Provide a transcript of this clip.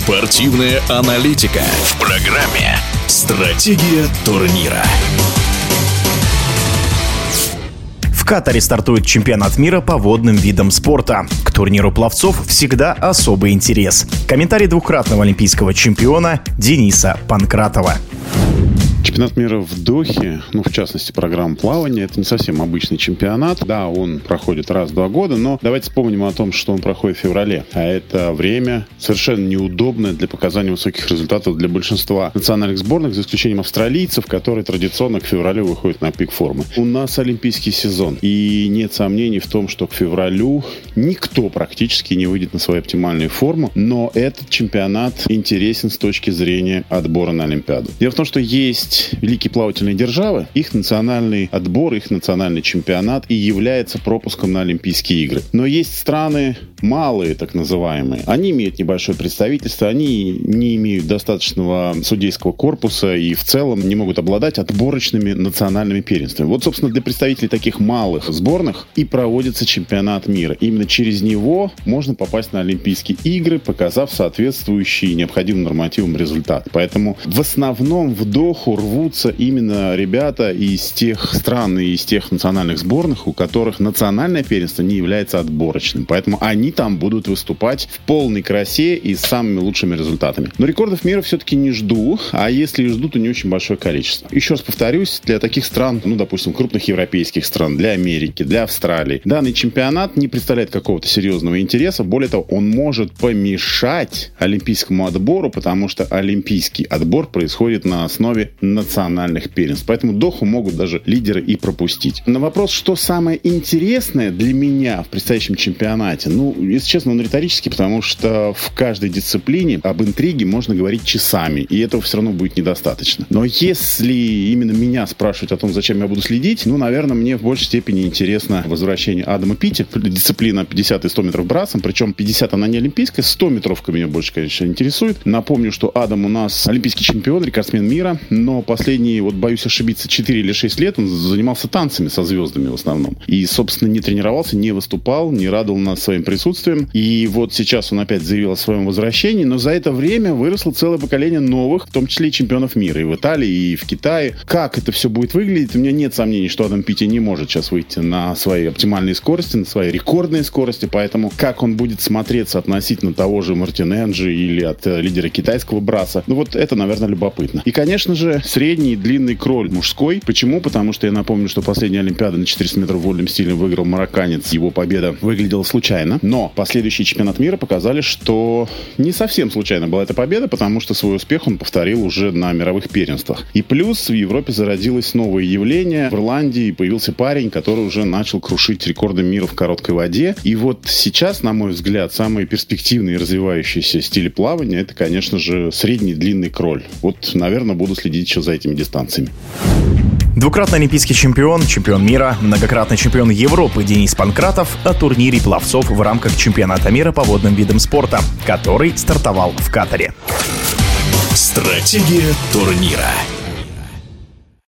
Спортивная аналитика в программе «Стратегия турнира». В Катаре стартует чемпионат мира по водным видам спорта. К турниру пловцов всегда особый интерес. Комментарий двукратного олимпийского чемпиона Дениса Панкратова. Чемпионат мира в Дохе, в частности, программа плавания, это не совсем обычный чемпионат. Да, он проходит раз в 2 года, но давайте вспомним о том, что он проходит в феврале. А это время совершенно неудобное для показания высоких результатов для большинства национальных сборных, за исключением австралийцев, которые традиционно к февралю выходят на пик формы. У нас олимпийский сезон, и нет сомнений в том, что к февралю никто практически не выйдет на свою оптимальную форму, но этот чемпионат интересен с точки зрения отбора на Олимпиаду. Дело в том, что есть великие плавательные державы, их национальный отбор, их национальный чемпионат и является пропуском на Олимпийские игры. Но есть страны малые, так называемые. Они имеют небольшое представительство, они не имеют достаточного судейского корпуса и в целом не могут обладать отборочными национальными первенствами. Вот, собственно, для представителей таких малых сборных и проводится чемпионат мира. Именно через него можно попасть на Олимпийские игры, показав соответствующий необходимым нормативам результат. Поэтому в основном в Доху рвутся именно ребята из тех стран и из тех национальных сборных, у которых национальное первенство не является отборочным. Поэтому они там будут выступать в полной красе и с самыми лучшими результатами. Но рекордов мира все-таки не жду, а если и жду, то не очень большое количество. Еще раз повторюсь, для таких стран, допустим, крупных европейских стран, для Америки, для Австралии, данный чемпионат не представляет какого-то серьезного интереса. Более того, он может помешать олимпийскому отбору, потому что олимпийский отбор происходит на основе национальных первенств. Поэтому Доху могут даже лидеры и пропустить. На вопрос, что самое интересное для меня в предстоящем чемпионате, если честно, он риторический, потому что в каждой дисциплине об интриге можно говорить часами, и этого все равно будет недостаточно. Но если именно меня спрашивать о том, зачем я буду следить, наверное, мне в большей степени интересно возвращение Адама Питти, дисциплина 50 и 100 метров брасом, причем 50 она не олимпийская, 100 метровка меня больше, конечно, интересует. Напомню, что Адам у нас олимпийский чемпион, рекордсмен мира, но последние, боюсь ошибиться, 4 или 6 лет он занимался танцами со звездами в основном. И, собственно, не тренировался, не выступал, не радовал нас своим присутствием. И вот сейчас он опять заявил о своем возвращении, но за это время выросло целое поколение новых, в том числе и чемпионов мира, и в Италии, и в Китае. Как это все будет выглядеть, у меня нет сомнений, что Адам Питти не может сейчас выйти на свои оптимальные скорости, на свои рекордные скорости, поэтому как он будет смотреться относительно того же Мартиненджи или от лидера китайского браса, это, наверное, любопытно. И, конечно же, средний и длинный кроль мужской. Почему? Потому что я напомню, что последняя Олимпиада на 400 метров вольным стилем выиграл марокканец. Его победа выглядела случайно. Но последующий чемпионат мира показали, что не совсем случайно была эта победа, потому что свой успех он повторил уже на мировых первенствах. И плюс в Европе зародилось новое явление. В Ирландии появился парень, который уже начал крушить рекорды мира в короткой воде. И вот сейчас, на мой взгляд, самые перспективные и развивающиеся стили плавания — это, конечно же, средний и длинный кроль. Наверное, буду следить еще за этими дистанциями. Двукратный олимпийский чемпион, чемпион мира, многократный чемпион Европы Денис Панкратов о турнире пловцов в рамках чемпионата мира по водным видам спорта, который стартовал в Катаре. Стратегия турнира.